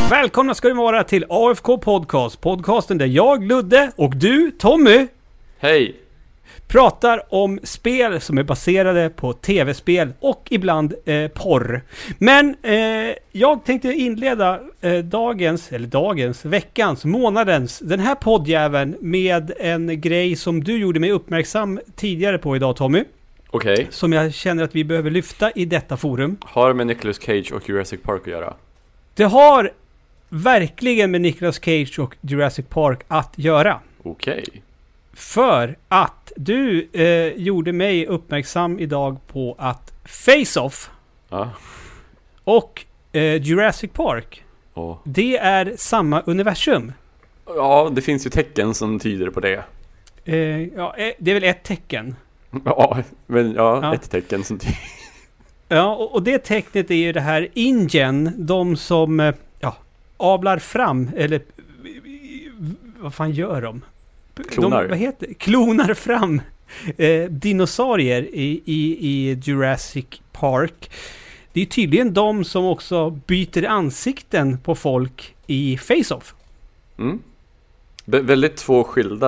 Välkomna ska ni vara till AFK Podcast. Podcasten där jag, Ludde, och du, Tommy, hej, pratar om spel som är baserade på tv-spel och ibland porr. Men jag tänkte inleda veckans, månadens, den här poddjäveln med en grej som du gjorde mig uppmärksam tidigare på idag, Tommy. Okej. Som jag känner att vi behöver lyfta i detta forum. Har med Nicolas Cage och Jurassic Park att göra? Det har verkligen med Nicolas Cage och Jurassic Park att göra. Okej. För att du gjorde mig uppmärksam idag på att Face-Off och Jurassic Park, det är samma universum. Ja, det finns ju tecken som tyder på det. Det är väl ett tecken. Ja, men ett tecken som tyder. Ja, och det tecknet är ju det här InGen, de som avlar fram, eller vad fan gör de? Klonar fram dinosaurier i Jurassic Park. Det är tydligen de som också byter ansikten på folk i Face-Off. Väldigt två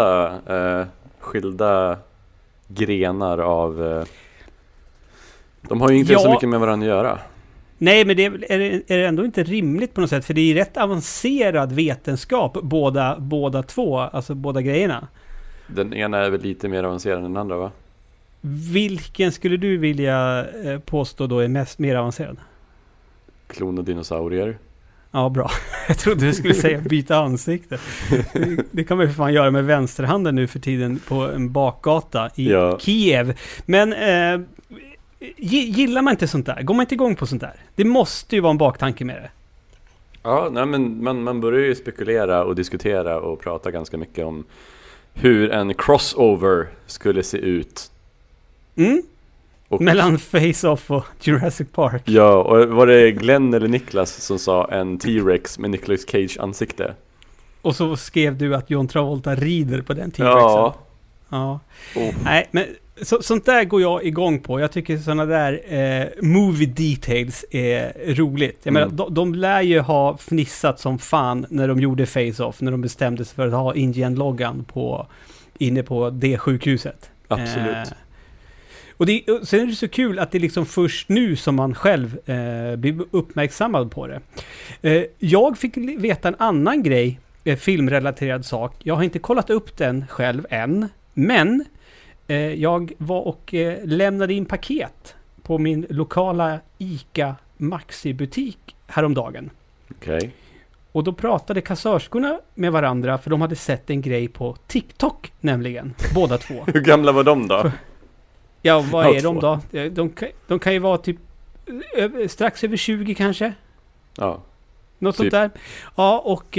skilda grenar av... De har ju inte så mycket med varandra att göra. Nej, men det är ändå inte rimligt på något sätt. För det är rätt avancerad vetenskap båda två, alltså båda grejerna. Den ena är väl lite mer avancerad än den andra, va? Vilken skulle du vilja påstå då är mer avancerad? Klon och dinosaurier. Ja, bra. Jag trodde du skulle säga byta ansikte. Det kan man ju för fan göra med vänsterhanden nu för tiden på en bakgata i Kiev. Men... gillar man inte sånt där? Går man inte igång på sånt där? Det måste ju vara en baktanke med det. Ja, nej, men man börjar ju spekulera och diskutera och prata ganska mycket om hur en crossover skulle se ut. Mellan Face-Off och Jurassic Park. Ja, och var det Glenn eller Niklas som sa en T-Rex med Nicolas Cage ansikte? Och så skrev du att John Travolta rider på den T-Rexen. Ja. Nej, men sånt där går jag igång på. Jag tycker såna där movie details är roligt. Jag menar, de lär ju ha fnissat som fan när de gjorde Face-Off, när de bestämde sig för att ha InGen-loggan inne på det sjukhuset. Absolut. Och sen är det så kul att det är liksom först nu som man själv blir uppmärksammad på det. Jag fick veta en annan grej, filmrelaterad sak. Jag har inte kollat upp den själv än, men jag var och lämnade in paket på min lokala ICA Maxi-butik häromdagen. Okej. Och då pratade kassörskorna med varandra, för de hade sett en grej på TikTok nämligen, båda två. Hur gamla var de då? Ja, vad är de då? De kan ju vara typ strax över 20 kanske. Ja. Något sånt där. Ja,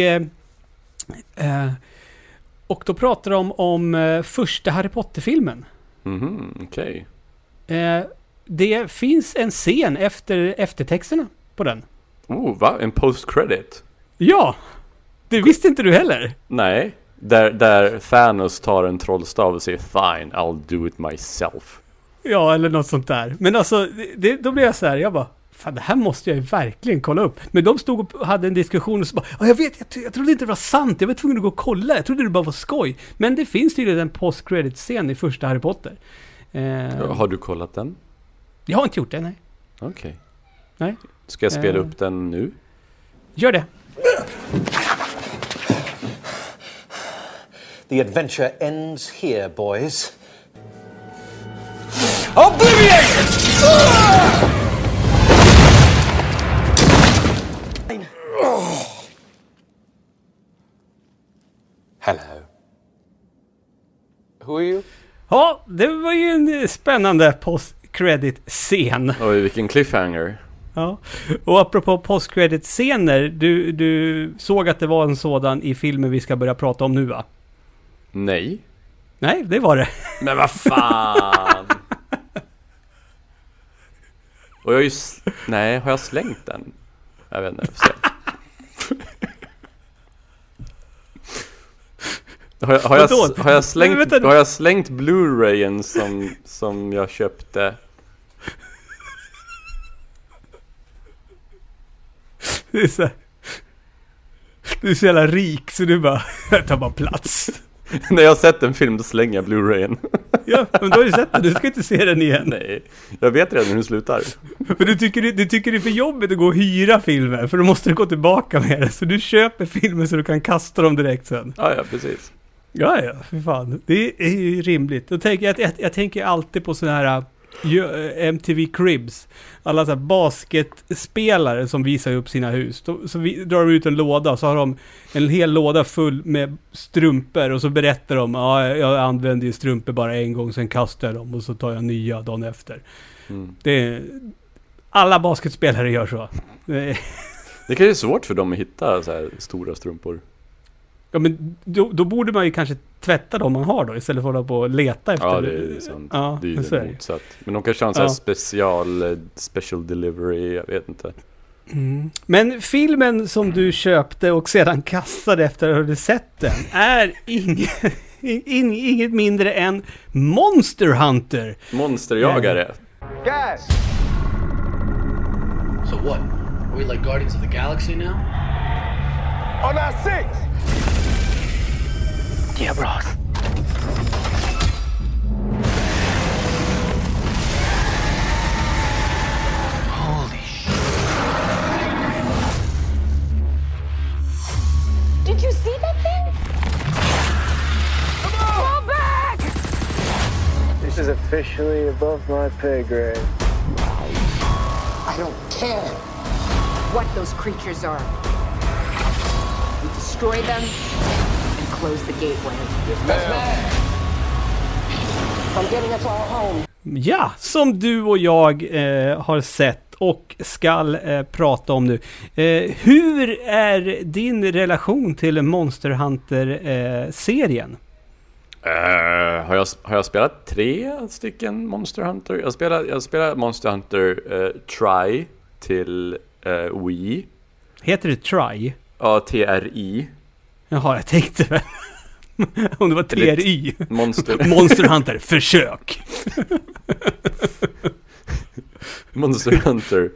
och då pratar de om första Harry Potter-filmen. Okej. Det finns en scen efter eftertexterna på den. Va? En post-credit? Ja! Det visste inte du heller. Nej. Där Thanos tar en trollstav och säger fine, I'll do it myself. Ja, eller något sånt där. Men alltså, då blev jag så här, jag bara, fan, det här måste jag ju verkligen kolla upp. Men de stod och hade en diskussion och så bara, jag trodde inte det var sant. Jag var tvungen att gå och kolla. Jag trodde det bara var skoj. Men det finns tydligen en post-credit-scen i första Harry Potter. Har du kollat den? Jag har inte gjort det, nej. Okej. Nej. Ska jag spela upp den nu? Gör det. The adventure ends here, boys. Oblivion! Hello. Who are you? Ja, det var ju en spännande post-credit-scen. Oj, vilken cliffhanger. Ja, och apropå post-credit-scener, du såg att det var en sådan i filmen vi ska börja prata om nu, va? Nej, det var det. Men vad fan? Och har jag slängt den? Jag vet inte. Har jag slängt Blu-rayen som jag köpte? Det är så här. Du är så jävla rik så du bara tar bara plats. När jag har sett en film då slänger jag Blu-rayen. Ja, men då har du sett den. Du ska inte se den igen. Nej, jag vet redan hur den slutar. För du tycker det är för jobbigt att gå och hyra filmer. För då måste du gå tillbaka med det. Så du köper filmer så du kan kasta dem direkt sen. Ja, precis. Ja, för fan. Det är ju rimligt. Då tänker jag tänker alltid på sådana här MTV Cribs. Alla så här basketspelare som visar upp sina hus. Så drar de ut en låda, så har de en hel låda full med strumpor och så berättar de, jag använder ju strumpor bara en gång, sen kastar jag dem och så tar jag nya dagen efter. Alla basketspelare gör så. Det kan ju vara svårt för dem att hitta så här stora strumpor. Ja, men då borde man ju kanske tvätta dem man har då, istället för att hålla på och leta efter. Ja, det är sant. Ja, det är ju det motsatt. Men de kanske har en sån här special delivery, jag vet inte. Men filmen som du köpte och sedan kastade efter att du sett den är inget mindre än Monster Hunter. Monsterjagare. Gas! So what? Are we like Guardians of the Galaxy now? On our six! Yeah, bros. Holy shit. Did you see that thing? Fall back! This is officially above my pay grade. I don't care. What those creatures are. We destroy them and close the gateway. Yes, ma'am. I'm getting us all home. Ja, som du och jag har sett och ska prata om nu. Hur är din relation till Monster Hunter-serien? Har jag spelat 3 stycken Monster Hunter? Jag spelat Monster Hunter Try till Wii. Heter det Try? Ja, TRI. Jaha, jag tänkte väl. Om det var TRY. Monster Hunter, försök. Monster Hunter.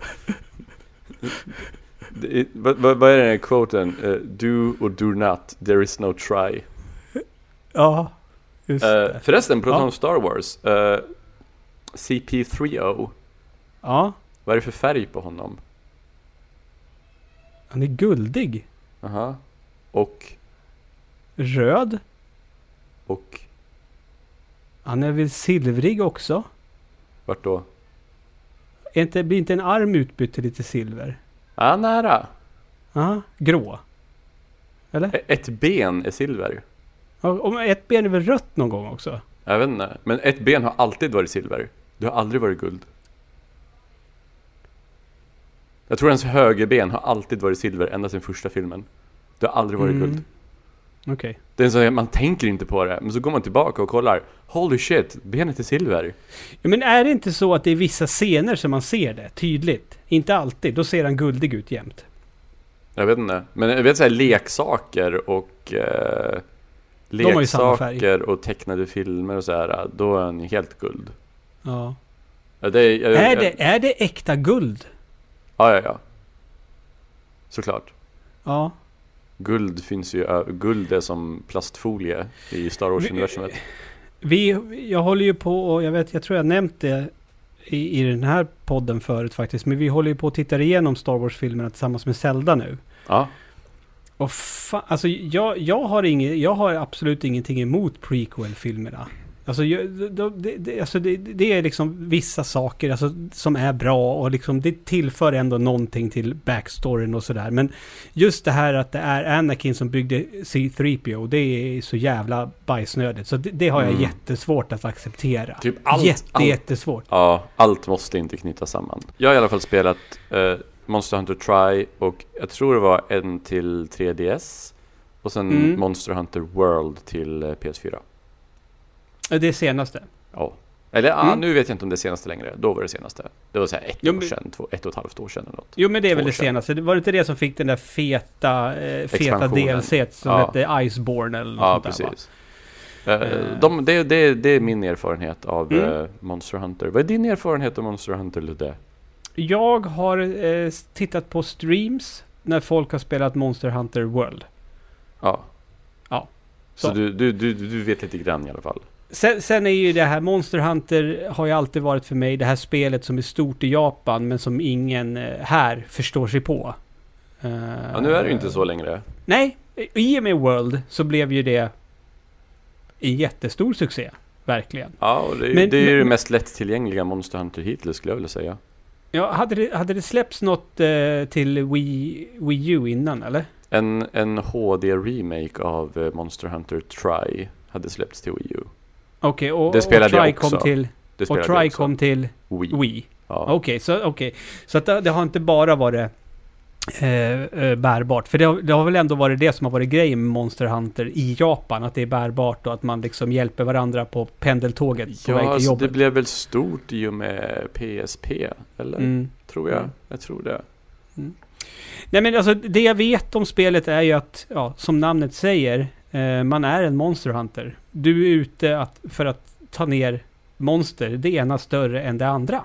Vad är den här quoten? Do or do not, there is no try. Ja, just det. Förresten, prata om Star Wars. CP3O. Ja. Vad är det för färg på honom? Han är guldig. Aha. Och? Röd. Och? Han är väl silvrig också. Vart då? Blir inte en arm utbytt till lite silver? Ja, nära. Ja, grå. Eller? Ett ben är silver. Ja, om ett ben är väl rött någon gång också? Jag vet inte. Men ett ben har alltid varit silver. Det har aldrig varit guld. Jag tror ens högerben har alltid varit silver ända sedan första filmen. Det har aldrig varit guld. Okej. Det är så att man tänker inte på det. Men så går man tillbaka och kollar. Holy shit, benet är silver. Ja, men är det inte så att det är vissa scener som man ser det tydligt? Inte alltid. Då ser han guldig ut jämt. Jag vet inte. Men jag vet så här, leksaker och leksaker och tecknade filmer och så här. Då är han helt guld. Ja. Ja, Är det äkta guld? Ja. Såklart. Ja. Guld finns ju. Guld är som plastfolie i Star Wars-universumet. Jag håller ju på, och jag tror jag nämnt det i den här podden förut faktiskt, men vi håller ju på att titta igenom Star Wars-filmerna tillsammans med Zelda nu. Ja. Och alltså jag har absolut ingenting emot prequel-filmerna. Alltså, det är liksom vissa saker alltså, som är bra och liksom, det tillför ändå någonting till backstoryn och sådär. Men just det här att det är Anakin som byggde C-3PO, det är så jävla bajsnödigt. Så det har jag jättesvårt att acceptera. Typ jättesvårt. Ja, allt måste inte knyta samman. Jag har i alla fall spelat Monster Hunter Try och jag tror det var en till 3DS och sen Monster Hunter World till PS4. Det senaste. Ja. Eller nu vet jag inte om det är senaste längre. Då var det senaste. Det var så här 1 år sedan, 1,5 år sedan eller något. Jo, men det är väl det senaste. Det var inte det som fick den där feta DLC som hette Iceborne eller något sånt där, precis. Det är min erfarenhet av Monster Hunter. Vad är din erfarenhet av Monster Hunter, Ludde? Jag har tittat på streams när folk har spelat Monster Hunter World. Ja. Ja. Så du vet lite grann i alla fall. Sen är ju det här Monster Hunter har ju alltid varit för mig det här spelet som är stort i Japan men som ingen här förstår sig på. Ja, nu är det ju inte så längre. Nej, i och med World så blev ju det en jättestor succé. Verkligen. Ja, och det är ju det mest lättillgängliga Monster Hunter hittills skulle jag vilja säga. Ja, hade det släppts något till Wii U innan, eller? En HD-remake av Monster Hunter Tri hade släppts till Wii U. Okej, och Tri kom till Wii. Ja. Okej, så att det har inte bara varit bärbart. För det har väl ändå varit det som har varit grejen med Monster Hunter i Japan. Att det är bärbart och att man liksom hjälper varandra på pendeltåget på väg till jobbet. Det blev väl stort i och med PSP, eller? Tror jag. Jag tror det. Nej, men alltså det jag vet om spelet är ju att, ja, som namnet säger, man är en Monster Hunter. Du är ute för att ta ner monster. Det ena större än det andra.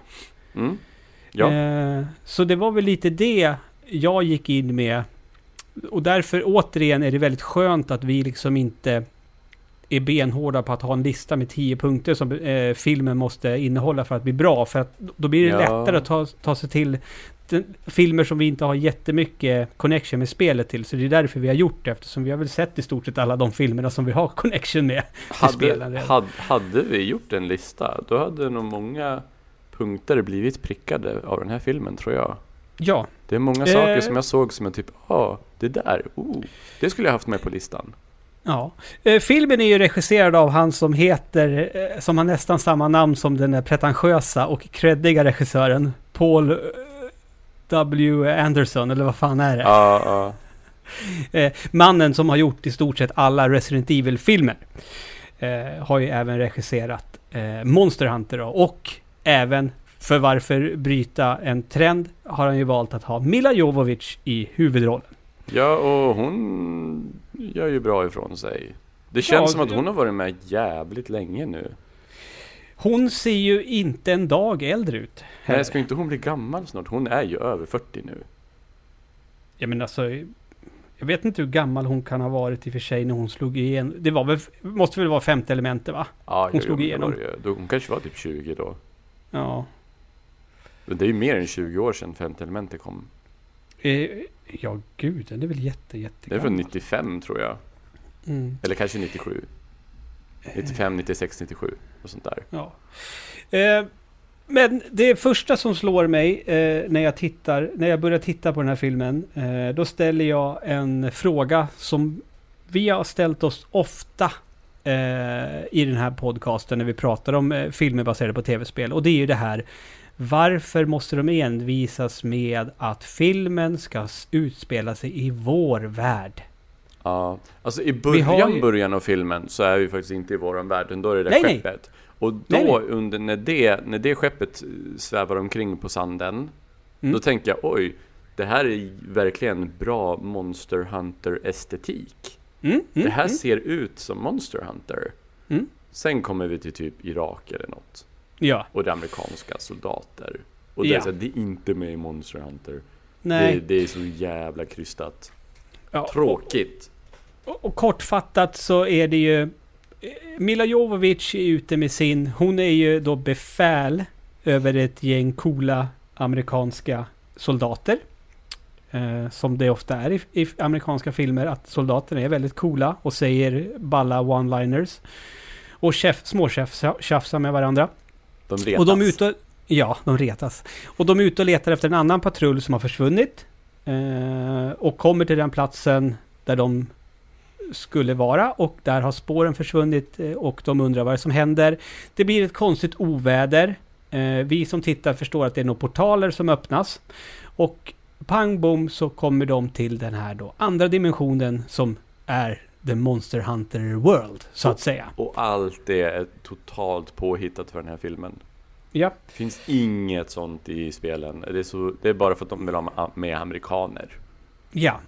Ja. Så det var väl lite det jag gick in med. Och därför återigen är det väldigt skönt att vi liksom inte är benhårda på att ha en lista med 10 punkter som filmen måste innehålla för att bli bra. För att då blir det lättare att ta sig till filmer som vi inte har jättemycket connection med spelet till. Så det är därför vi har gjort det, eftersom vi har väl sett i stort sett alla de filmerna som vi har connection med. Hade vi gjort en lista, då hade nog många punkter blivit prickade av den här filmen, tror jag. Ja. Det är många saker som jag såg som är typ, det där, det skulle jag haft med på listan. Ja. Filmen är ju regisserad av han som heter, som har nästan samma namn som den där pretentiösa och creddiga regissören, Paul W. Anderson, eller vad fan är det? Ja. Mannen som har gjort i stort sett alla Resident Evil-filmer har ju även regisserat Monster Hunter då, och även, för varför bryta en trend, har han ju valt att ha Mila Jovovich i huvudrollen. Ja, och hon gör ju bra ifrån sig. Det känns som att hon har varit med jävligt länge nu. Hon ser ju inte en dag äldre ut. Nej, ska inte hon bli gammal snart? Hon är ju över 40 nu. Ja, men alltså, jag vet inte hur gammal hon kan ha varit i och för sig när hon slog igenom. Det var väl, måste väl vara 5:e elementet, va? Ja, hon slog igenom. Hon kanske var typ 20 då. Ja. Men det är ju mer än 20 år sedan 5:e elementet kom. Ja, gud, det är väl jättegammalt. Det är från 95, tror jag. Eller kanske 97. 95, 96, 97 och sånt där. Ja. Men det första som slår mig när jag börjar titta på den här filmen, då ställer jag en fråga som vi har ställt oss ofta i den här podcasten när vi pratar om filmer baserade på tv-spel. Och det är ju det här: varför måste de envisas med att filmen ska utspela sig i vår värld? Ja, alltså i början av filmen så är vi faktiskt inte i våran värld, då är det skeppet. Nej. Och då under när det skeppet svävar omkring på sanden, då tänker jag, oj, det här är verkligen bra Monster Hunter-estetik. Det här ser ut som Monster Hunter. Sen kommer vi till typ Irak eller något. Ja. Och det är amerikanska soldater. Och det är inte med i Monster Hunter. Nej. Det är så jävla krystat. Ja, tråkigt. Och kortfattat så är det ju Mila Jovovich är ute med hon är ju då befäl över ett gäng coola amerikanska soldater. Som det ofta är i amerikanska filmer, att soldaterna är väldigt coola och säger balla one-liners. Och småtjafsar med varandra. De retas. Och de retas. Och de är ute och letar efter en annan patrull som har försvunnit. Och kommer till den platsen där de skulle vara, och där har spåren försvunnit och de undrar vad som händer. Det blir ett konstigt oväder. Vi som tittar förstår att det är några portaler som öppnas, och pang bom så kommer de till den här då andra dimensionen som är The Monster Hunter World, så att säga. Och allt det är totalt påhittat för den här filmen. Ja. Det finns inget sånt i spelen. Det är bara för att de vill ha med amerikaner. Ja.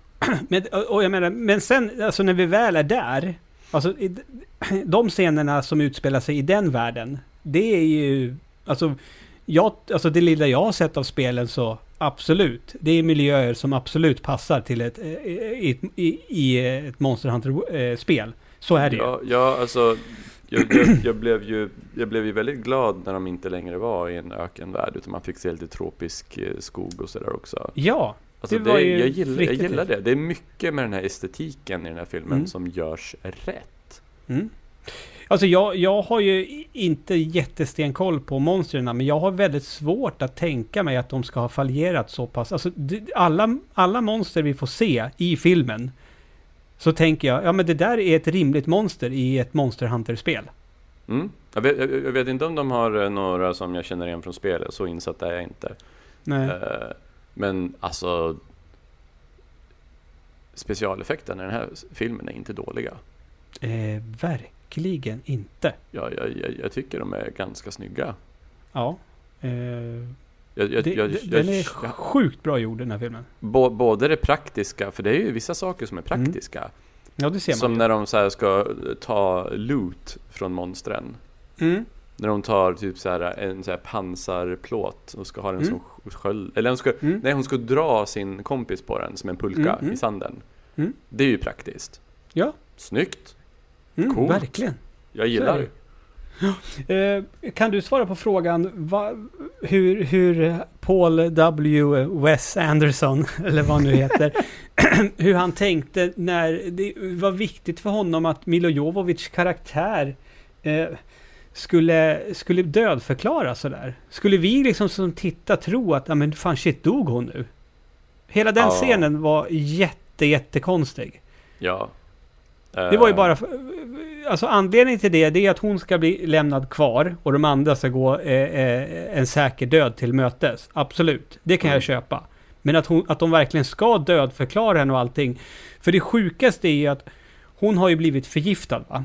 Men sen, alltså när vi väl är där, alltså de scenerna som utspelar sig i den världen, det är ju, alltså det lilla jag har sett av spelen, så Absolut. Det är miljöer som absolut passar till ett Monster Hunter-spel. Så är det ju. Ja, alltså jag blev ju väldigt glad när de inte längre var i en ökenvärld, utan man fick se lite tropisk skog och sådär också. Ja, alltså det var ju jag gillar det. Det är mycket med den här estetiken i den här filmen som görs rätt. Mm. Alltså jag har ju inte jättestenkoll på monstren, men jag har väldigt svårt att tänka mig att de ska ha fallerat så pass. Alltså alla monster vi får se i filmen, så tänker jag, ja men det där är ett rimligt monster i ett Monster Hunter-spel. Mm. Jag vet inte om de har några som jag känner igen från spelet, så insatt är jag inte. Nej. Men alltså specialeffekterna i den här filmen är inte dåliga. Verkligen inte. Ja, jag tycker de är ganska snygga. Ja. Den är sjukt bra gjord, den här filmen. Både det praktiska, för det är ju vissa saker som är praktiska. Ja, det ser man. Som när de så här ska ta loot från monstren. När de tar typ så här en så här pansarplåt och ska ha den som sköld. Eller hon ska dra sin kompis på den som en pulka i sanden. Det är ju praktiskt. Ja. Snyggt. Coolt. Verkligen. Jag gillar det. Kan du svara på frågan hur Paul W. Wes Anderson, eller vad han nu heter, hur han tänkte när det var viktigt för honom att Milo Jovovics karaktär skulle dödförklaras sådär? Skulle vi liksom som titta tro att men fan shit, dog hon nu? Hela den scenen var jättekonstig. Ja. Det var ju bara alltså anledningen till det är att hon ska bli lämnad kvar och de andra ska gå en säker död till mötes. Absolut, det kan jag köpa. Men att de verkligen ska dödförklara henne och allting. För det sjukaste är att hon har ju blivit förgiftad, va?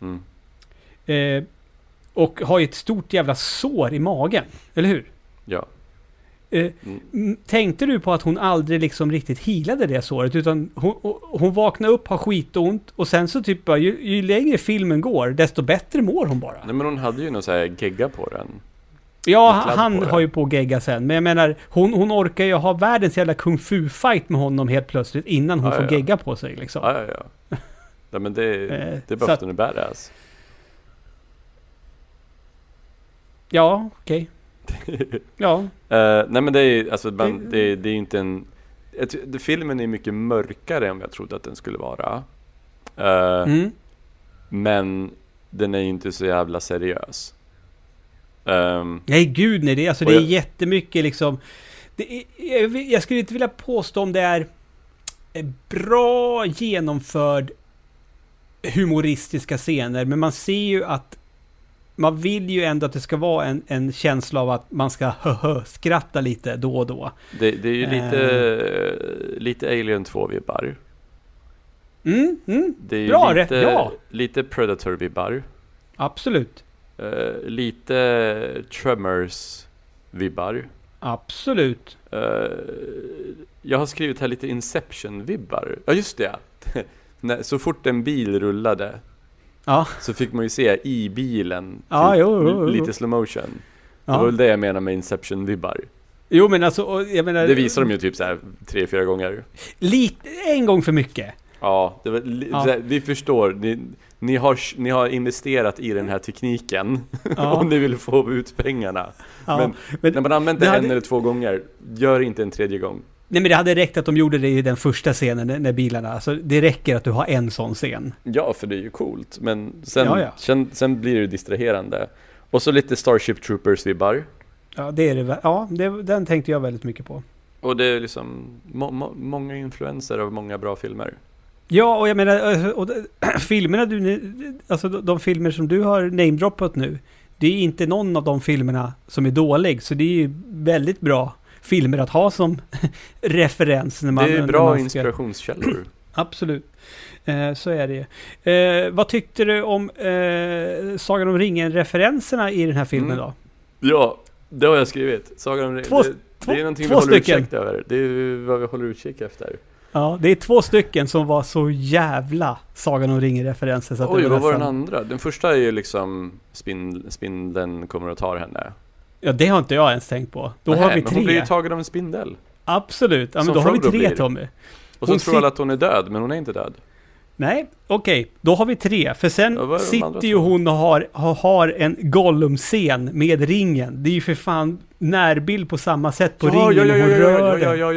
Och har ju ett stort jävla sår i magen, eller hur? Ja. Tänkte du på att hon aldrig liksom riktigt healade det såret, utan hon vaknar upp, har skitont och sen så typ ju längre filmen går desto bättre mår hon bara. Nej, men hon hade ju någon så här gegga på den. Ja, han har ju på gegga sen, men jag menar hon orkar ju ha världens jävla kung fu fight med honom helt plötsligt innan hon får gegga på sig liksom. Ja, men det är bara att hon är badass. Ja, okej. Ja. Nej, men det är alltså det är inte en filmen är mycket mörkare än jag trodde att den skulle vara. Men den är inte så jävla seriös. Nej, gud nej, det är jättemycket liksom. Jag skulle inte vilja påstå om det är bra genomförd humoristiska scener, men man ser ju att man vill ju ändå att det ska vara en känsla av att man ska skratta lite då och då. Det är ju lite Alien 2-vibbar. Det är ju bra, lite Predator-vibbar. Absolut. Lite Tremors-vibbar. Absolut. Jag har skrivit här lite Inception-vibbar. Ja, just det. Så fort en bil rullade så fick man ju se i bilen lite slow motion. Det var väl det jag menar med Inception-vibbar. Jo, men alltså, jag menar, det visar de ju typ så här 3-4 gånger. En gång för mycket. Ja, det var, vi förstår. Ni har investerat i den här tekniken om ni vill få ut pengarna. Men när man använt det en eller 2 gånger, gör inte en 3:e gång. Nej, men det hade räckt att de gjorde det i den första scenen när bilarna, alltså det räcker att du har en sån scen. Ja, för det är ju coolt, men sen blir det distraherande. Och så lite Starship Troopers-vibbar. Ja, det är det. Ja, den tänkte jag väldigt mycket på. Och det är liksom många influenser av många bra filmer. Ja, och jag menar filmerna alltså de filmer som du har namedroppat nu, det är inte någon av de filmerna som är dålig, så det är ju väldigt bra filmer att ha som referens när man, det är bra inspirationskällor. Absolut. Så är det. Vad tyckte du om Sagan om ringen-referenserna i den här filmen då? Ja, det har jag skrivit. Sagan om ringen. Det är någonting vi håller utkik över. Det är vad vi håller utkik efter. Ja, det är 2 stycken som var så jävla Sagan om ringen-referenser. Så oj, vad var den andra? Den första är ju liksom spindeln kommer och tar henne. Ja, det har inte jag ens tänkt på. Då har vi 3. Hon blir ju tagen av en spindel. Absolut. Ja, men Som då har vi Frodo 3, blir. Tommy. Och så Hon tror alla att hon är död, men hon är inte död. Nej, okej. Då har vi 3. För sen Ja, vad är de andra sitter ju två? hon och har en Gollum-scen med ringen. Det är ju för fan närbild på samma sätt på ringen. Hon rör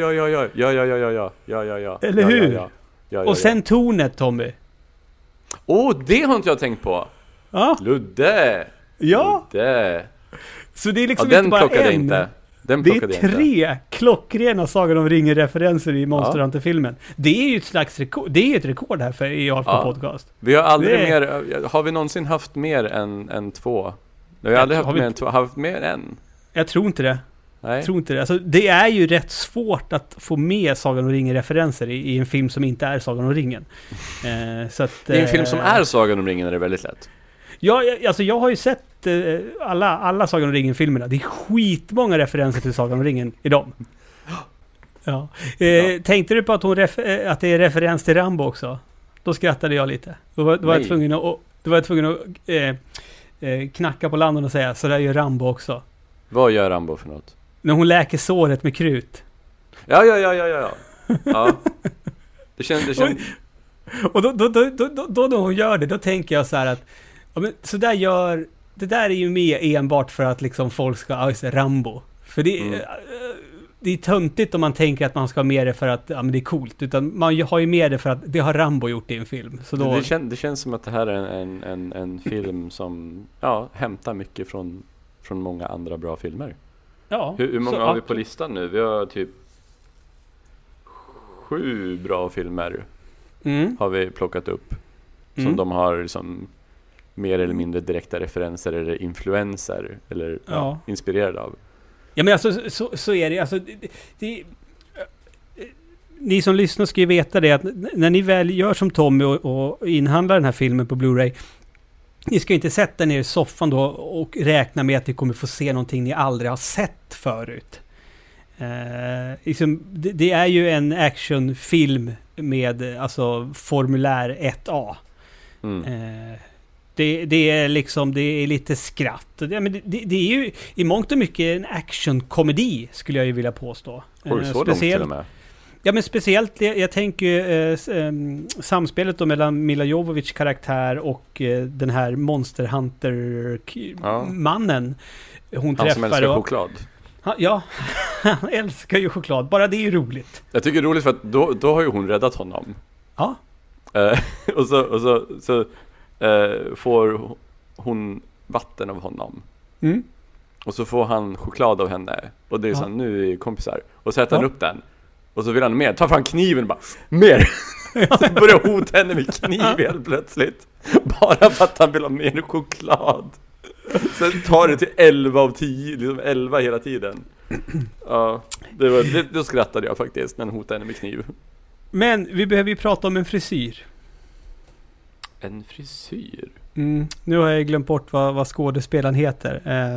den. Ja. Eller hur? Och sen tornet, Tommy. Det har inte jag tänkt på. Ja. Ludde. Ja. Ludde. Så det är liksom Den inte bara plockade jag en. inte. Den Det plockade är jag inte. 3 klockrena Sagan om ringen-referenser i Monster Hunter-filmen. Det är ju ett slags rekord. Det är ju ett rekord här för i AFK Podcast. Vi har aldrig Det mer... Har vi någonsin haft mer än 2? Vi har aldrig haft mer än 2. Har vi haft mer än? Jag tror inte det. Nej. Jag tror inte det. Alltså, det är ju rätt svårt att få med Sagan om ringen-referenser i en film som inte är Sagan om ringen. Så att, I en film som är Sagan om ringen är det väldigt lätt. Jag har ju sett alla Sagan om ringen-filmerna. Det är skitmånga referenser till Sagan om ringen i dem. Ja. Tänkte du på att att det är referens till Rambo också? Då skrattade jag lite. Då var jag tvungen att knacka på landen och säga så där gör Rambo också. Vad gör Rambo för något? När hon läker såret med krut. Ja. Ja. Det känns... Och då när hon gör det, då tänker jag så här att ja, men så där gör... Det där är ju med enbart för att liksom folk ska Rambo. För det är töntigt om man tänker att man ska ha med det för att men det är coolt. Utan man har ju med det för att det har Rambo gjort i en film. Så då... det känns som att det här är en film som hämtar mycket från många andra bra filmer. Ja, Hur många har vi på listan nu? Vi har typ 7 bra filmer har vi plockat upp. Som de har liksom mer eller mindre direkta referenser eller influenser eller inspirerade av. Ja, men alltså så är det. Alltså, ni som lyssnar ska ju veta det att när ni väl gör som Tommy och inhandlar den här filmen på Blu-ray, ni ska inte sätta ner i soffan då och räkna med att ni kommer få se någonting ni aldrig har sett förut. Liksom, det är ju en actionfilm med alltså formulär 1A. Det är liksom, det är lite skratt. Det är ju i mångt och mycket en actionkomedi skulle jag ju vilja påstå. Så långt till och med. Ja, men speciellt, jag tänker samspelet då mellan Mila Jovovich karaktär och den här Monster Hunter-mannen hon träffar. Han som älskar choklad. Han älskar ju choklad. Bara det är ju roligt. Jag tycker det är roligt för att då har ju hon räddat honom. Ja. Och så får hon vatten av honom. Och så får han choklad av henne. Och det är så nu är vi kompisar. Och så äter han upp den. Och så vill han mer. Ta fram kniven och bara, mer! Så börjar hota henne med kniv helt plötsligt. Bara för att han vill ha mer choklad. Sen tar det till 11 av 10. Liksom 11 hela tiden. Ja, då skrattade jag faktiskt när han hotade henne med kniv. Men vi behöver ju prata om en frisyr. En frisyr? Nu har jag glömt bort vad skådespelaren heter.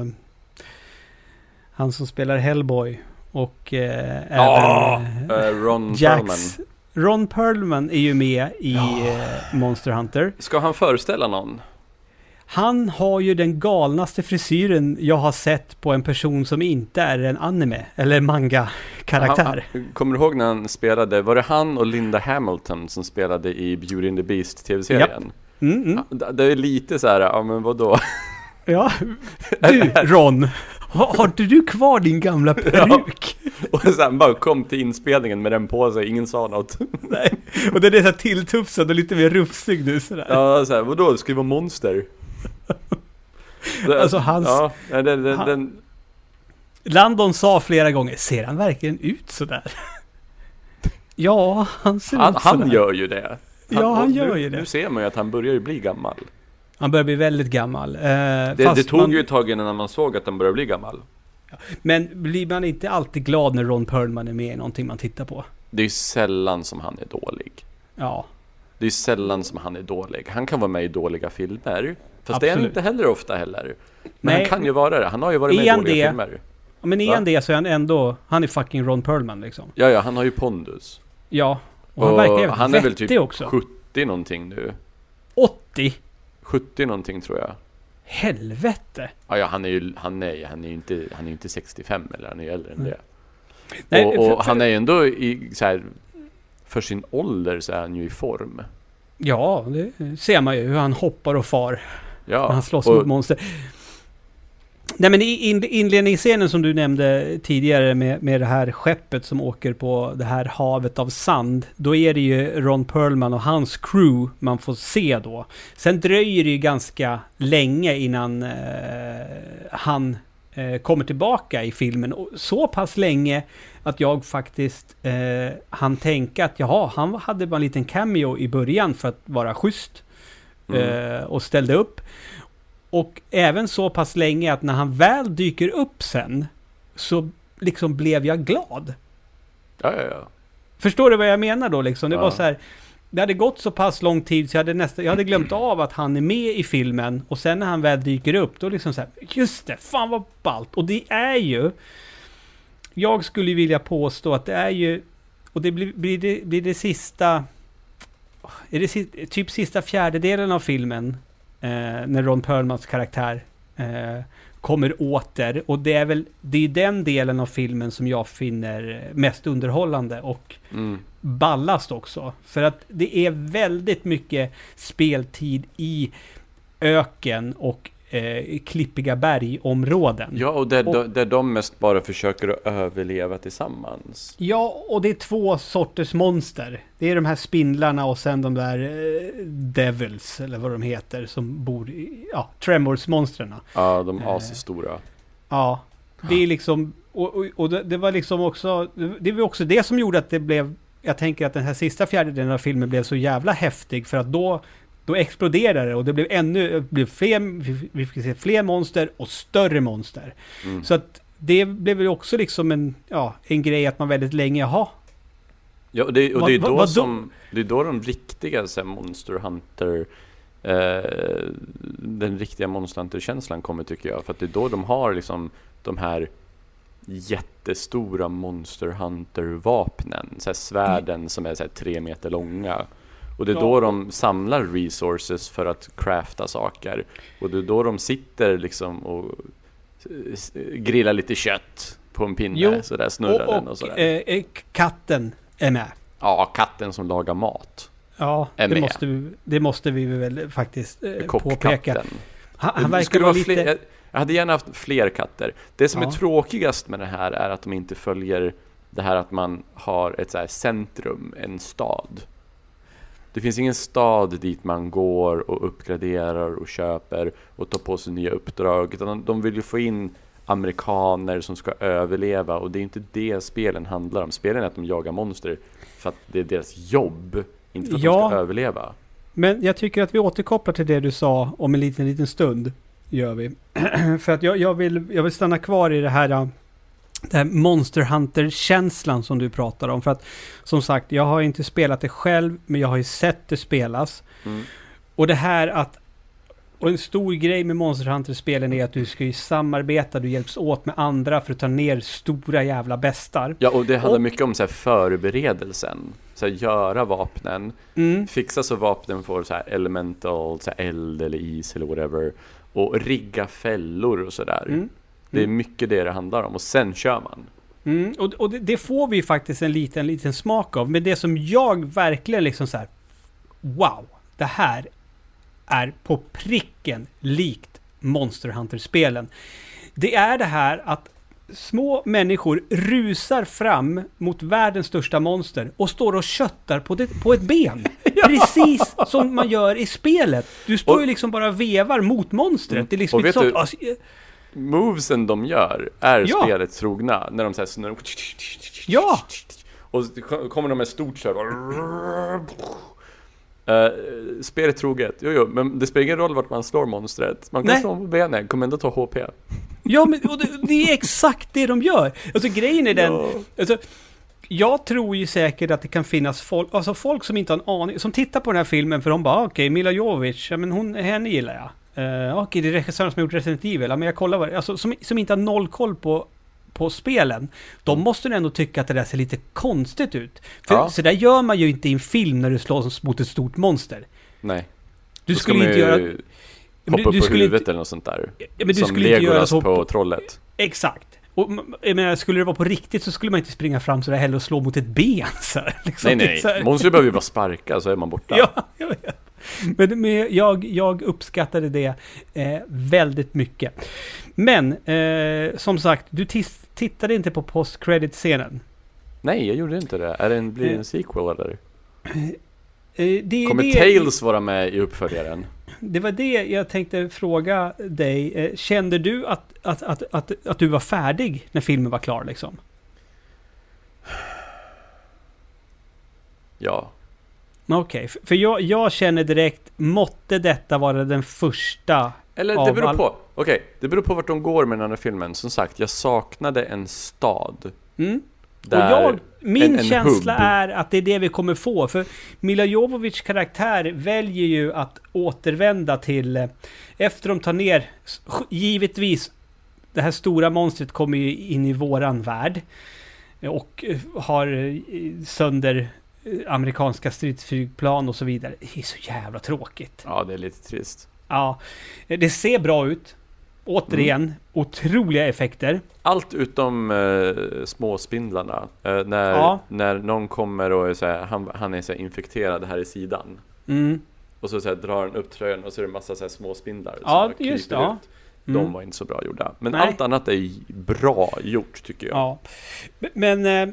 Han som spelar Hellboy. Och även Ron Perlman. Ron Perlman är ju med i Monster Hunter. Ska han föreställa någon? Han har ju den galnaste frisyren jag har sett på en person som inte är en anime eller manga-karaktär. Kommer du ihåg när han spelade, var det han och Linda Hamilton som spelade i Beauty and the Beast tv-serien? Det är lite så här, men vadå? Ja, du Ron, har inte du kvar din gamla peruk? Ja. Och sen bara kom till inspelningen med den på sig, ingen sa något. Nej, och den är så här tilltufsad och lite mer rufsig nu sådär. Ja, såhär, vadå? Det ska ju vara monster. Alltså hans... Ja, Landon sa flera gånger, ser han verkligen ut sådär? Ja, han ser ut sådär. Han gör ju det. Han gör ju det. Nu ser man ju att han börjar bli gammal. Han börjar bli väldigt gammal. Det tog ju ett tag innan man såg att han började bli gammal. Men blir man inte alltid glad när Ron Perlman är med i någonting man tittar på? Det är ju sällan som han är dålig. Ja. Det är ju sällan som han är dålig. Han kan vara med i dåliga filmer. Fast Absolut. det är han inte heller ofta heller. Men nej, han kan ju vara det. Han har ju varit med i dåliga filmer. Men är han det så är han ändå... Han är fucking Ron Perlman liksom. Ja, han har ju pondus. Ja. Och han verkar han är väl typ också. 70 någonting nu. 80? 70 någonting tror jag. helvete. Ja, han är ju inte 65 eller han är ju äldre än det. Nej, och han är ju ändå i så här, för sin ålder så är han ju i form. Ja, det ser man ju hur han hoppar och far. Ja, när han slåss mot monster. Nej, men i inledningsscenen som du nämnde tidigare med det här skeppet som åker på det här havet av sand, då är det ju Ron Perlman och hans crew man får se då. Sen dröjer det ju ganska länge innan han kommer tillbaka i filmen. Och så pass länge att jag faktiskt han tänka att han hade bara en liten cameo i början för att vara schysst och ställde upp. Och även så pass länge att när han väl dyker upp sen så liksom blev jag glad. Ja. Förstår du vad jag menar då liksom? Det Ja. var så här, det hade gått så pass lång tid så jag hade glömt av att han är med i filmen, och sen när han väl dyker upp då liksom så här, just det, fan vad ballt. Och det är ju, jag skulle vilja påstå att det är ju, och det blir det sista, är det typ sista fjärdedelen av filmen när Ron Perlmans karaktär kommer åter, och det är den delen av filmen som jag finner mest underhållande och ballast också, för att det är väldigt mycket speltid i öken och klippiga bergområden. Ja, och där de mest bara försöker att överleva tillsammans. Ja, och det är 2 sorters monster. Det är de här spindlarna och sen de där devils, eller vad de heter, som bor i, Tremors-monstren. Ja, de asstora. Ja, det är liksom, och det var liksom också, det var också det som gjorde att det blev, jag tänker att den här sista fjärdedelen av filmen blev så jävla häftig, för att då exploderade det och det blev vi fick se fler monster och större monster. Så att det blev väl också liksom en grej att man väldigt länge Ja, och det är då de riktiga så här, Monster Hunter den riktiga Monster Hunter-känslan kommer, tycker jag, för att det är då de har liksom de här jättestora Monster Hunter-vapnen, så här svärden som är så här 3 meter långa. Och det är då de samlar resources för att crafta saker. Och det är då de sitter liksom och grillar lite kött på en pinne. Så där snurrar den och sådär. Katten är med. Ja, katten som lagar mat. Ja, det måste vi väl faktiskt påpeka. Han verkar vara lite... Jag hade gärna haft fler katter. Det som är tråkigast med det här är att de inte följer det här att man har ett så här centrum, en stad. Det finns ingen stad dit man går och uppgraderar och köper och tar på sig nya uppdrag, utan de vill ju få in amerikaner som ska överleva, och det är inte det spelen handlar om. Spelen är att de jagar monster för att det är deras jobb, inte för att de ska överleva. Men jag tycker att vi återkopplar till det du sa om en liten stund, gör vi. För att jag vill stanna kvar i det här Monster Hunter-känslan som du pratar om. För att, som sagt, jag har inte spelat det själv, men jag har ju sett det spelas. Och det här och en stor grej med Monster Hunter-spelen är att du ska ju samarbeta, du hjälps åt med andra för att ta ner stora jävla bestar. Ja, och det handlar mycket om så här förberedelsen. Så här, göra vapnen, fixa så vapnen får så här elemental, så här eld eller is eller whatever, och rigga fällor och sådär. Det är mycket det handlar om, och sen kör man. Och det får vi faktiskt en liten smak av. Men det som jag verkligen liksom så här, wow, det här är på pricken likt Monster Hunter-spelen. Det är det här att små människor rusar fram mot världens största monster och står och köttar på ett ben. Precis som man gör i spelet. Du står ju liksom bara vevar mot monstret. Det är liksom inte så... Movesen de gör är spelet trogna. När de så här snurrar. Ja! Och kommer de med stort så här... spelet troget. Jo, men det spelar ingen roll vart man slår monstret. Man kan slå på benen, kommer ändå ta HP. Ja, men och det är exakt det de gör. Alltså grejen är den... Alltså, jag tror ju säkert att det kan finnas folk som inte har en aning, som tittar på den här filmen för de bara, okej, Mila Jovovich, ja, men henne gillar jag. Okej, det är regissören som har gjort Resident Evil, ja, men jag kollar alltså, som inte har noll koll på spelen, de måste ändå tycka att det där ser lite konstigt ut. För så där gör man ju inte i en film när du slås mot ett stort monster. Nej. Du skulle inte göra... Hoppa upp du på skulle huvudet inte, eller något sånt där. men du som skulle inte göra Legolas så på trollet. Exakt. Och jag menar, skulle det vara på riktigt så skulle man inte springa fram så där heller och slå mot ett ben så här, liksom. Nej. Så här. Monster behöver ju bara sparka så är man borta. Ja, jag vet. Men jag uppskattade det väldigt mycket. Men som sagt, du tittade inte på post-credit-scenen. Nej, jag gjorde inte det. Blir det en sequel eller? Kommer det, Tails vara med i uppföljaren? Det var det jag tänkte fråga dig. Kände du att du var färdig när filmen var klar liksom? Ja. Okej, för jag känner direkt, måtte detta vara den första. Eller det beror på. Okej, det beror på vart de går med den här filmen. Som sagt, jag saknade en stad. Mm. Och min känsla hubb. är att det är det vi kommer få. För Mila Jovovich karaktär väljer ju att återvända till, efter de tar ner, givetvis, det här stora monstret kommer ju in i våran värld. Och har sönder amerikanska stridsflygplan och så vidare. Det är så jävla tråkigt. Ja, det är lite trist. Ja, det ser bra ut. Återigen, otroliga effekter. Allt utom småspindlarna. När någon kommer och är så här, han är så här infekterad här i sidan. Mm. Och så här, drar han upp tröjan och så är det massa så här små spindlar ja, som just det. ut. De var inte så bra gjorda. Men Nej. allt annat är bra gjort tycker jag. Ja. Men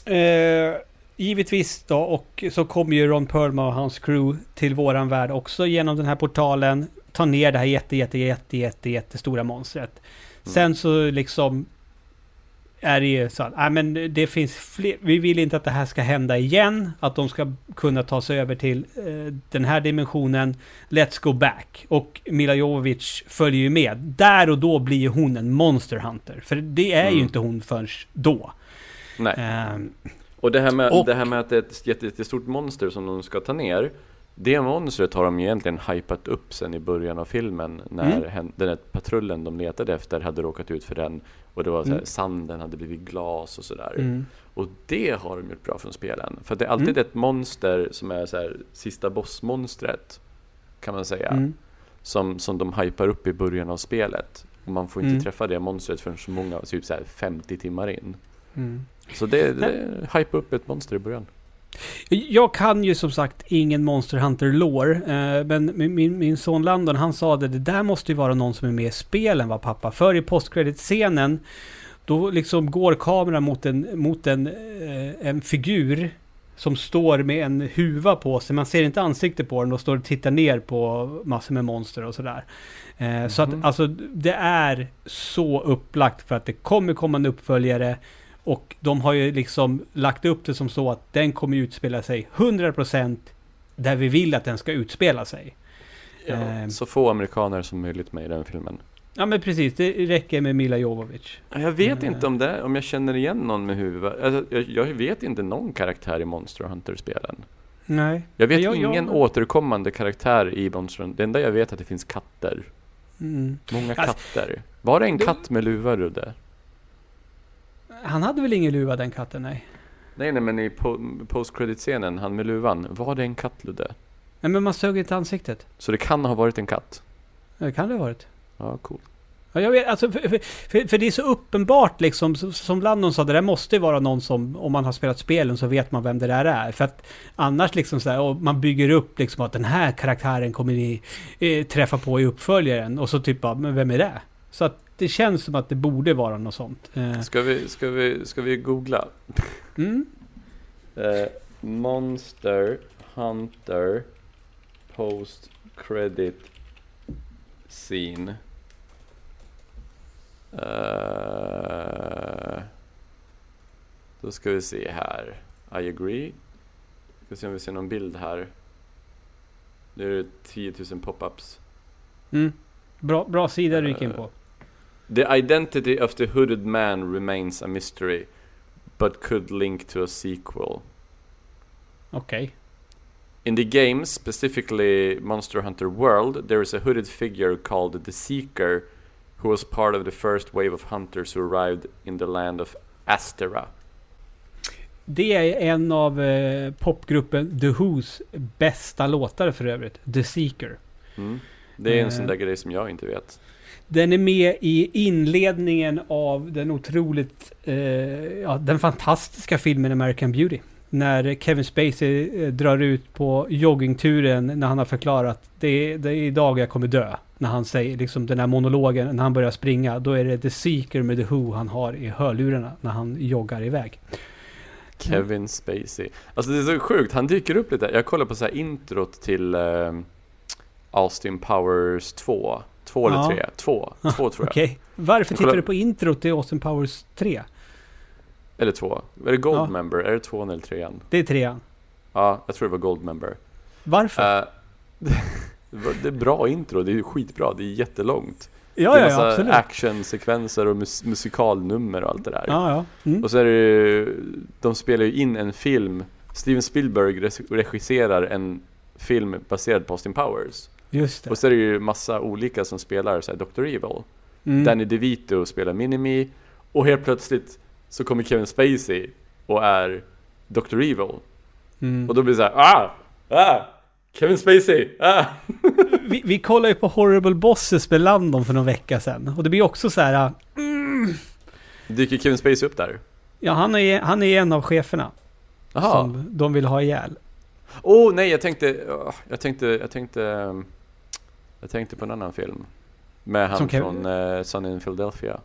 givetvis då, och så kommer ju Ron Perlman och hans crew till våran värld också genom den här portalen. Ta ner det här jättestora monstret. Sen så liksom är det ju så att men det finns fler, vi vill inte att det här ska hända igen, att de ska kunna ta sig över till den här dimensionen. Let's go back. Och Mila Jovovich följer ju med. Där och då blir ju hon en Monster Hunter, för det är ju inte hon förrän då. Nej. Och det här med att det är ett jättestort monster som de ska ta ner. Det monstret har de egentligen hypat upp sen i början av filmen när den här patrullen de letade efter hade råkat ut för den och det var så här, sanden hade blivit glas och sådär. Och det har de gjort bra från spelen. För det är alltid ett monster som är så här, sista bossmonstret kan man säga. Som de hypar upp i början av spelet. Och man får inte träffa det monstret förrän så många, typ så här 50 timmar in. Så det hypar upp ett monster i början. Jag kan ju som sagt ingen Monster Hunter-lore, men min son Landon, han sa det där måste ju vara någon som är med i spelen, va pappa? För i postcredit-scenen då liksom går kameran mot en figur som står med en huva på sig. Man ser inte ansikte på den och står och tittar ner på massor med monster och sådär. Så att alltså det är så upplagt för att det kommer komma en uppföljare. Och de har ju liksom lagt upp det som så att den kommer utspela sig 100% där vi vill att den ska utspela sig. Så få amerikaner som möjligt med i den filmen. Ja men precis, det räcker med Mila Jovovich. Jag vet inte om jag känner igen någon med huvudet. Alltså, jag vet inte någon karaktär i Monster Hunter-spelen. Nej. Jag vet ingen återkommande karaktär i Monster Hunter. Det enda jag vet är att det finns katter. Många katter. Var det en katt med luva, Rudde? Han hade väl ingen luva, den katten, nej. Nej, men i post-credit-scenen, han med luvan, var det en katt, Ludde? Nej, men man såg inte ansiktet. Så det kan ha varit en katt? Det kan det ha varit. Ja, cool. Ja, jag vet, alltså, för det är så uppenbart liksom, som Landon sa, det där måste vara någon som, om man har spelat spelen så vet man vem det där är. För att annars liksom så här, och man bygger upp liksom att den här karaktären kommer ni träffa på i uppföljaren. Och så typ, men vem är det? Så att det känns som att det borde vara något sånt. Ska vi googla? Monster Hunter post credit scene. Då ska vi se här. I agree. Ska se om vi ser någon bild här. Det är 10 000 pop-ups. Bra sida du gick in på. The identity of the hooded man remains a mystery, but could link to a sequel. Okay. In the game, specifically Monster Hunter World, there is a hooded figure called the Seeker, who was part of the first wave of hunters who arrived in the land of Astera. Det är en av popgruppen The Who's bästa låtar för övrigt, The Seeker. Det är en sån där grej som jag inte vet. Den är med i inledningen av den otroligt, den fantastiska filmen American Beauty. När Kevin Spacey drar ut på joggingturen när han har förklarat det är idag jag kommer dö. När han säger liksom den här monologen, när han börjar springa, då är det The Seeker med The Who han har i hörlurarna när han joggar iväg. Kevin Spacey. Alltså det är så sjukt, han dyker upp lite. Jag kollar på så här introt till Austin Powers 2. 2 eller 3? 2 tror jag. Okej. Varför tittar du på introt till Austin Powers 3? Eller 2. Är det Goldmember? Är det 2 eller 3? Det är 3. Ja, jag tror det var Goldmember. Varför? Det är bra intro, det är skitbra, det är jättelångt. Ja, det är massa absolut. actionsekvenser och musikalnummer och allt det där. Ja. Mm. Och så är det ju, de spelar ju in en film. Steven Spielberg regisserar en film baserad på Austin Powers. Just det. Och så är det ju massa olika som spelar så här, Dr. Evil. Danny DeVito spelar Mini-Me. Och helt plötsligt så kommer Kevin Spacey och är Dr. Evil. Och då blir det så här, Kevin Spacey, vi kollade ju på Horrible Bosses med Landon för någon vecka sedan. Och det blir också så här. Dyker Kevin Spacey upp där? Ja, han är en av cheferna. Aha. Som de vill ha ihjäl. Nej, jag tänkte på en annan film. Med han från Sunny in Philadelphia.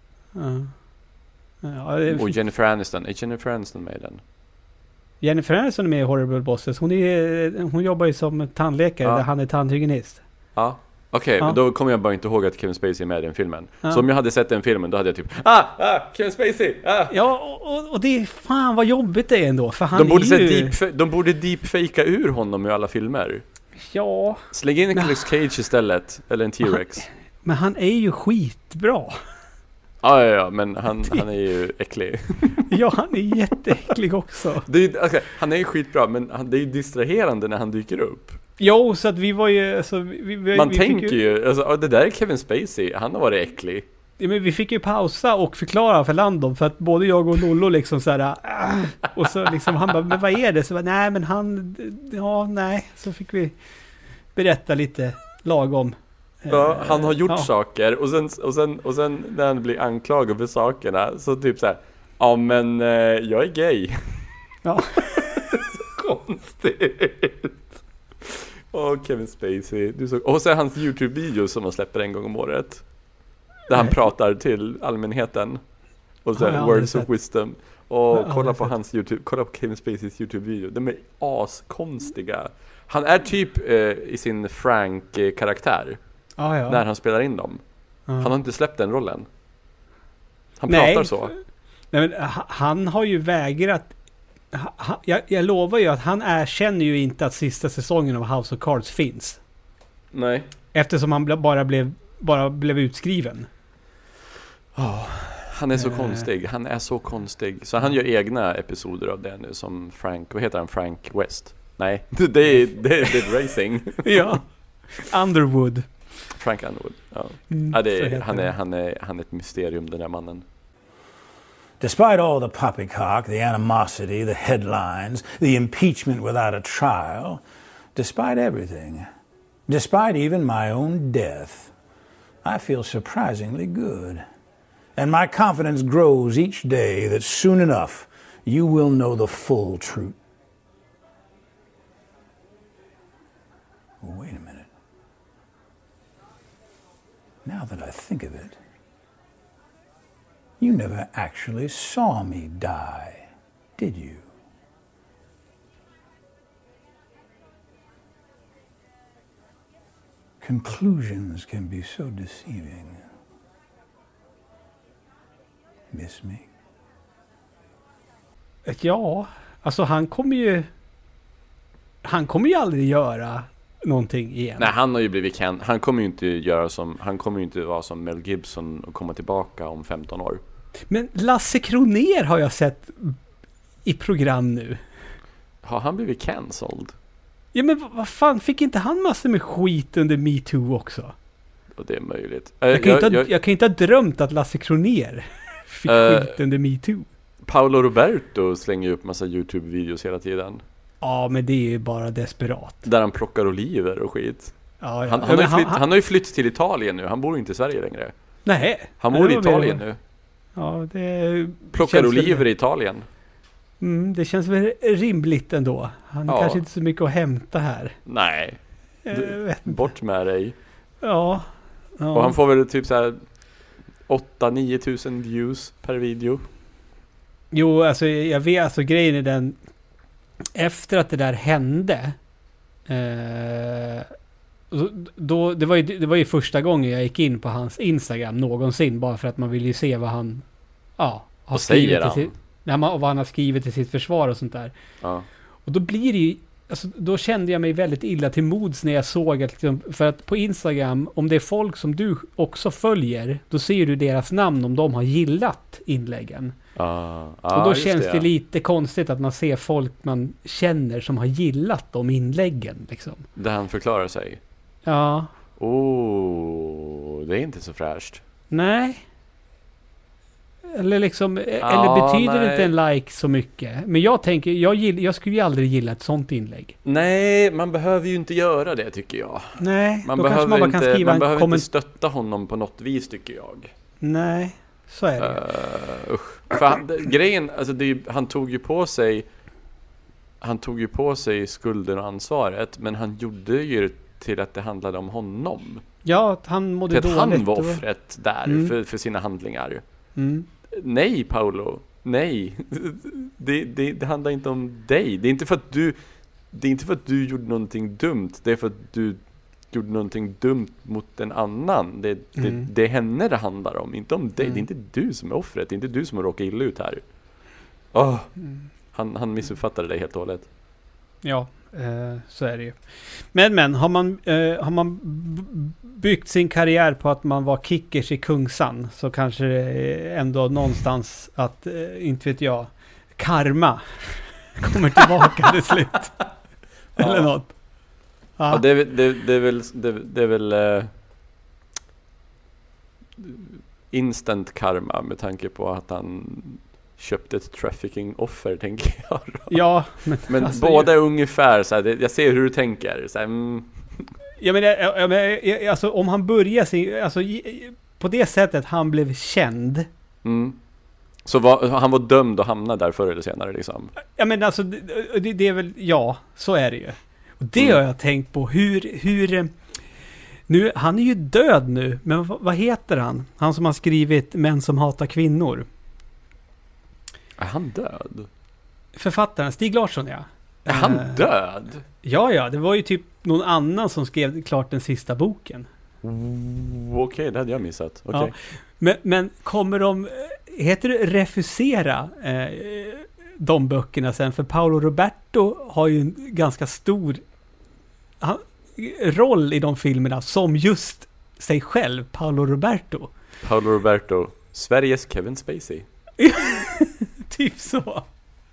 Och Jennifer Aniston. Är Jennifer Aniston med i den? Jennifer Aniston är med i Horrible Bosses. Hon jobbar ju som tandläkare där han är tandhygienist. Ja. Okej, då kommer jag bara inte ihåg att Kevin Spacey är med i den filmen. Ja. Så om jag hade sett den filmen, då hade jag typ Kevin Spacey! Ja, och det är fan vad jobbigt det är ändå. För han de borde deepfakea ur honom i alla filmer. Ja. Släng in Nicolas Cage istället. Eller en T-Rex. Men han är ju skitbra. Ja, men han är ju äcklig. Ja, han är jätteäcklig också. Han är ju skitbra, men det är ju distraherande när han dyker upp. Jo, så att vi var ju... Alltså, man tänker ju, alltså, det där är Kevin Spacey, han har varit äcklig. Ja, men vi fick ju pausa och förklara för Landon, för att både jag och Lollo liksom såhär... och så liksom han bara, men vad är det? Så bara, nej men han... Ja, nej. Så fick vi berätta lite lagom. Ja, han har gjort saker och sen när han blir anklagad för sakerna så typ så här, ja men jag är gay. Ja. Så konstigt. Kevin Spacey, och så är hans YouTube-video som han släpper en gång om året. Där han pratar till allmänheten. Och så words of wisdom. Och kolla på hans YouTube, kolla på Kevin Spaceys YouTube-video. De är askonstiga. Han är typ i sin Frank-karaktär. När han spelar in dem. Han har inte släppt den rollen. Han pratar så. Nej, men han har ju vägrat. Jag lovar ju att han erkänner ju inte att sista säsongen av House of Cards finns. Nej. Eftersom han bara blev utskriven. Han är så konstig. Han är så konstig. Så han gör egna episoder av det nu som Frank. Vad heter han? Frank West? Nej, det är Dead Racing. Ja. Underwood. Frank Underwood. Ja. Han är ett mysterium, den där mannen. Despite all the poppycock, the animosity, the headlines, the impeachment without a trial, despite everything, despite even my own death, I feel surprisingly good. And my confidence grows each day that soon enough you will know the full truth. Oh, wait a minute. Now that I think of it, you never actually saw me die, did you? Conclusions can be so deceiving. Miss me? Ja, alltså han kommer ju aldrig göra någonting igen. Nej, han har ju blivit känd. Han kommer ju inte vara som Mel Gibson och komma tillbaka om 15 år. Men Lasse Kronér har jag sett i program nu. Har han blivit cancelled? Ja, men vad fan, fick inte han massor med skit under Me Too också? Och det är möjligt. Jag kan inte ha drömt att Lasse Kronér fick skit under Me Too. Paolo Roberto slänger upp massa YouTube-videos hela tiden. Ja, men det är ju bara desperat. Där han plockar oliver och skit. Ja, Han har ju flytt till Italien nu. Han bor ju inte i Sverige längre. Nej. Han bor i Italien nu. Ja, det Plockar oliver i Italien. Det känns väl rimligt ändå. Han har kanske inte så mycket att hämta här. Nej. Bort med dig. Ja. Och han får väl typ så här 8-9 tusen views per video. Jo, alltså jag vet, alltså grejen är den, efter att det där hände, då, det var ju första gången jag gick in på hans Instagram någonsin, bara för att man vill ju se vad han har skrivit vad han har skrivit i sitt försvar och sånt där. Ja. Och då blir det ju, alltså, då kände jag mig väldigt illa till mods när jag såg att liksom, för att på Instagram, om det är folk som du också följer, då ser du deras namn om de har gillat inläggen. Och då känns det lite konstigt att man ser folk man känner som har gillat de inläggen liksom. Där han förklarar sig. Ja. Det är inte så fräscht. Nej. Eller liksom, eller betyder inte en like så mycket? Men jag tänker, jag skulle ju aldrig gilla ett sånt inlägg. Nej, man behöver ju inte göra det, tycker jag. Nej, man då behöver kanske man bara kan skriva man behöver inte stötta honom på något vis, tycker jag. Nej, så är det. För grejen, alltså han tog ju på sig skulden och ansvaret, men han gjorde ju till att det handlade om honom. Ja, att han mådde dåligt. Till att han var offret där för sina handlingar. Nej, Paolo. Nej. Det handlar inte om dig. Det är inte för att du gjorde någonting dumt. Det är för att du gjorde någonting dumt mot en annan. Det är henne det handlar om, inte om dig. Det är inte du som är offret. Det är inte du som har råkat illa ut här. Han missuppfattade dig helt och hållet. Ja, så är det ju. Men har man byggt sin karriär på att man var kickers i Kungsan, så kanske det ändå någonstans att, inte vet jag, karma kommer tillbaka till slut. Eller något. Ja, det är väl instant karma, med tanke på att han köpte ett trafficking-offer, tänker jag. Ja, men alltså, båda är ungefär så här, jag ser hur du tänker. Så här, Ja, men alltså, om han börjar på det sättet han blev känd. Så han var dömd att hamna där förr eller senare liksom. Ja, men alltså det är väl, ja, så är det ju. Och det har jag tänkt på, hur nu, han är ju död nu, men vad heter han? Han som har skrivit Män som hatar kvinnor. Är han död? Författaren Stig Larsson, ja. Är han död? Ja, det var ju typ någon annan som skrev klart den sista boken. Okej, det hade jag missat. Okay. Ja. Men kommer de, heter det refusera de böckerna sen? För Paolo Roberto har ju en ganska stor roll i de filmerna som just sig själv, Paolo Roberto. Paolo Roberto, Sveriges Kevin Spacey. Typ så.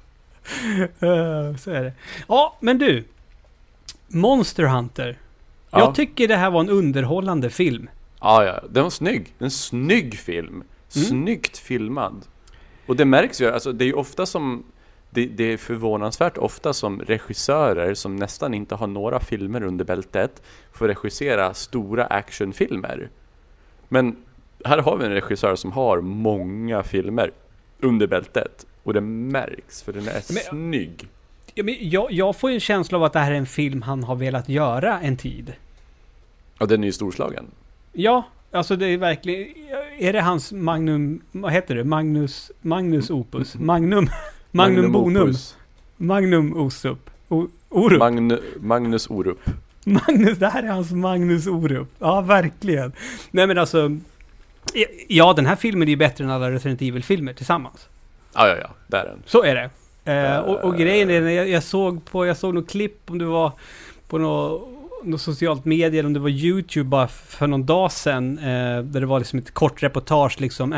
Så är det. Ja, men du, Monster Hunter. Jag tycker det här var en underhållande film. Ja, den var snygg. En snygg film. Snyggt filmad. Och det märks ju, alltså det är ju ofta som det är förvånansvärt ofta som regissörer som nästan inte har några filmer under bältet får regissera stora actionfilmer. Men här har vi en regissör som har många filmer under bältet. Och det märks, för den är snygg. Jag får ju en känsla av att det här är en film han har velat göra en tid. Ja, den är ju storslagen. Ja, alltså det är verkligen... Är det hans Magnum... Vad heter det? Magnus Opus? Magnum Bonum? Opus. Magnum Osup? Orup? Magnus Orup. Det här är hans Magnus Orup. Ja, verkligen. Nej, men alltså... Ja, den här filmen är ju bättre än alla Resident Evil-filmer tillsammans. Ja, det är den. Så är det. Och grejen är, jag såg något klipp, om det var på något socialt medier, om det var YouTube bara för någon dag sedan, där det var liksom ett kort reportage liksom,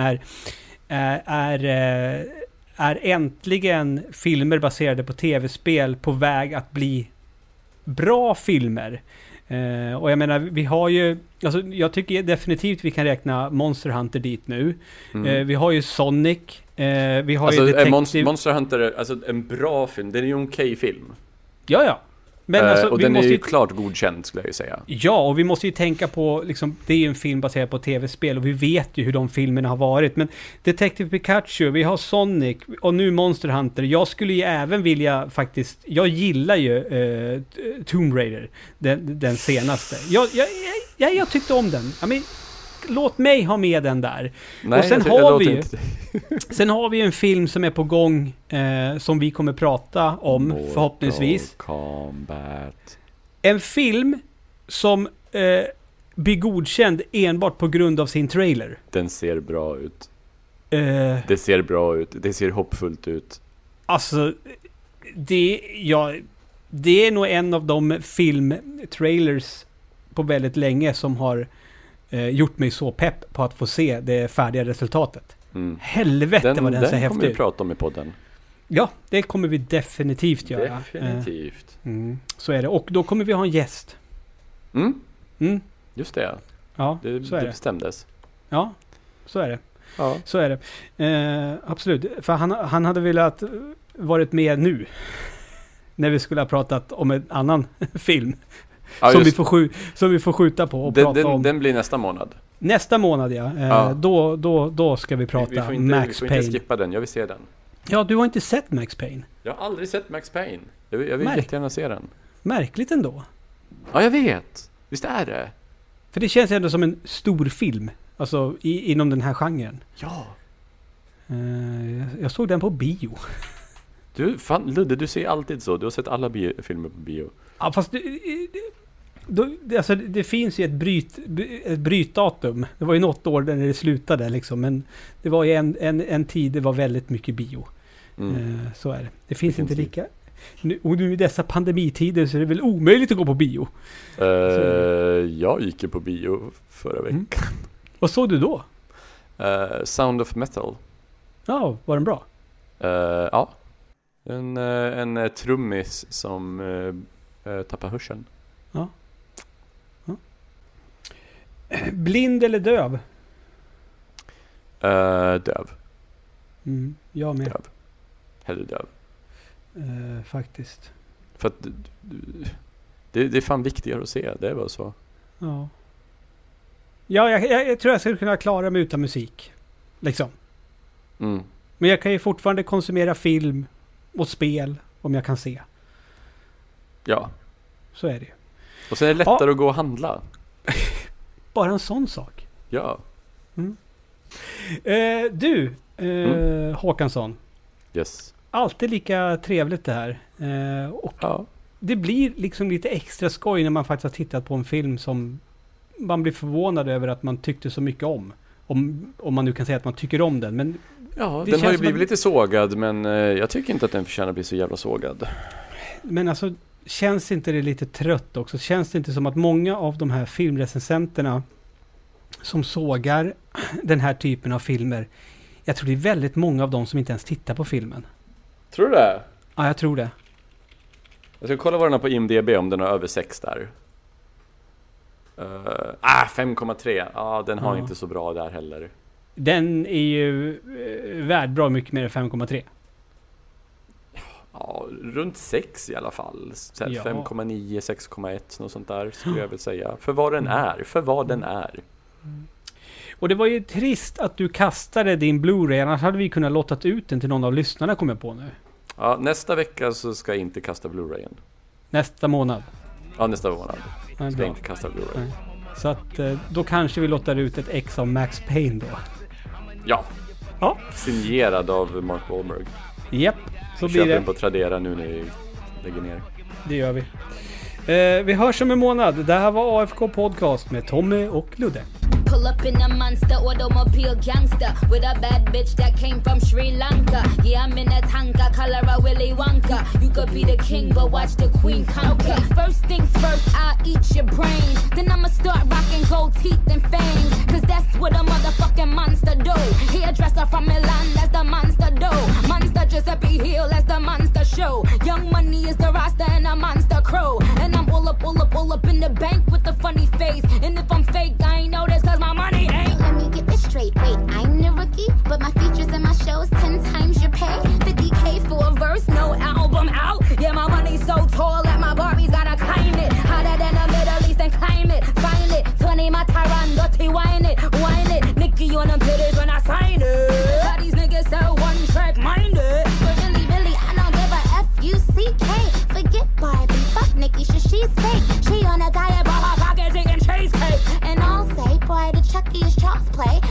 är äntligen filmer baserade på tv-spel på väg att bli bra filmer. Och jag menar, vi har ju, alltså jag tycker definitivt vi kan räkna Monster Hunter dit nu. Vi har ju Sonic, vi har alltså, ju Detective. Monster Hunter, alltså en bra film, det är ju en okej film. Ja. Men alltså, och vi den måste är ju klart godkänd, skulle jag ju säga. Ja, och vi måste ju tänka på, liksom, det är ju en film baserad på tv-spel och vi vet ju hur de filmerna har varit. Men Detective Pikachu, vi har Sonic och nu Monster Hunter. Jag skulle ju även vilja faktiskt, jag gillar ju Tomb Raider, den senaste. Jag tyckte om den. Låt mig ha med den där. Nej, och sen har vi ju en film som är på gång som vi kommer prata om förhoppningsvis. Kombat. En film som blir godkänd enbart på grund av sin trailer. Den ser bra ut. Det ser bra ut. Det ser hoppfullt ut. Alltså, det är nog en av de filmtrailers på väldigt länge som har gjort mig så pepp på att få se det färdiga resultatet. Helvete vad den ser häftig ut. Den kommer vi prata om i podden. Ja, det kommer vi definitivt göra. Definitivt. Så är det. Och då kommer vi ha en gäst. Just det. Ja, så är det. Bestämdes. Ja, så är det. Ja. Så är det. Absolut. För han hade velat varit med nu. När vi skulle ha pratat om en annan film. Ja, som vi får skjuta på och prata om. Den blir nästa månad. Nästa månad, ja. Då ska vi prata vi får Max Payne. Inte skippa den, jag vill se den. Ja, du har inte sett Max Payne. Jag har aldrig sett Max Payne. Jag vill jättegärna se den. Märkligt ändå. Ja, jag vet. Visst är det. För det känns ändå som en stor film. Alltså inom den här genren. Ja. Jag såg den på bio. Ludde, du ser alltid så. Du har sett alla filmer på bio. Ja, fast det finns ju ett brytdatum. Det var ju något år där det slutade liksom, men det var ju en tid det var väldigt mycket bio. Så är det. Det finns inte lika. Nu i dessa pandemitider så är det väl omöjligt att gå på bio. Jag gick ju på bio förra veckan. Vad såg du då? Sound of Metal. Ja, var den bra? Ja. En trummis som tappar hörseln. Ja. Blind eller döv? Döv. Jag med. Döv. Hellre döv. Faktiskt. För att det är fan viktigare att se. Det är bara så. Ja. Ja, jag tror jag skulle kunna klara mig utan musik. Liksom. Men jag kan ju fortfarande konsumera film och spel om jag kan se. Ja. Så är det ju. Och sen är det lättare att gå och handla. Bara en sån sak. Ja. Håkansson. Yes. Alltid lika trevligt det här. Och det blir liksom lite extra skoj när man faktiskt har tittat på en film som man blir förvånad över att man tyckte så mycket om. Om man nu kan säga att man tycker om den. Men ja, den har ju blivit lite sågad, men jag tycker inte att den förtjänar att bli så jävla sågad. Men alltså, känns inte det lite trött också? Känns det inte som att många av de här filmrecensenterna som sågar den här typen av filmer, jag tror det är väldigt många av dem som inte ens tittar på filmen. Tror du det? Ja, jag tror det. Jag ska kolla vad den har på IMDb om den har över 6 där. 5,3. Ja, den har inte så bra där heller. Den är ju värd bra mycket mer än 5,3. Ja, runt 6 i alla fall. 5,9, 6,1 något sånt där skulle jag väl säga. För vad den är. Och det var ju trist att du kastade din Blu-ray, annars hade vi kunnat låtat ut den till någon av lyssnarna, kommer jag på nu. Ja, nästa vecka så ska jag inte kasta Blu-rayen. Nästa månad? Ja, nästa månad ska jag inte kasta Blu-ray. Nej. Så att då kanske vi låter ut ett ex av Max Payne då. Ja. Signerad av Mark Wahlberg. Japp, så blir det. Köper den på Tradera nu när vi lägger ner. Det gör vi. Vi hörs om en månad. Det här var AFK Podcast med Tommy och Ludde. Pull up in a monster automobile gangster with a bad bitch that came from Sri Lanka. Yeah, I'm in a tanka, color a Willy Wonka. You could be the king, but watch the queen conquer. Okay, first things first, I'll eat your brains. Then I'ma start rocking gold teeth and fangs. Cause that's what a motherfucking monster do. Hairdresser from Milan, that's the monster do. Monster Giuseppe Hill, that's the monster show. Young Money is the roster and a monster crow. And I'm all up in the bank with a funny face. And if I'm fake, I ain't know this cause my money ain't. Let me get this straight. Wait, I'm the rookie, but my features and my shows 10 times your pay. 50K for a verse, no album out. Yeah, my money's so tall that my Barbie's got a cosplay.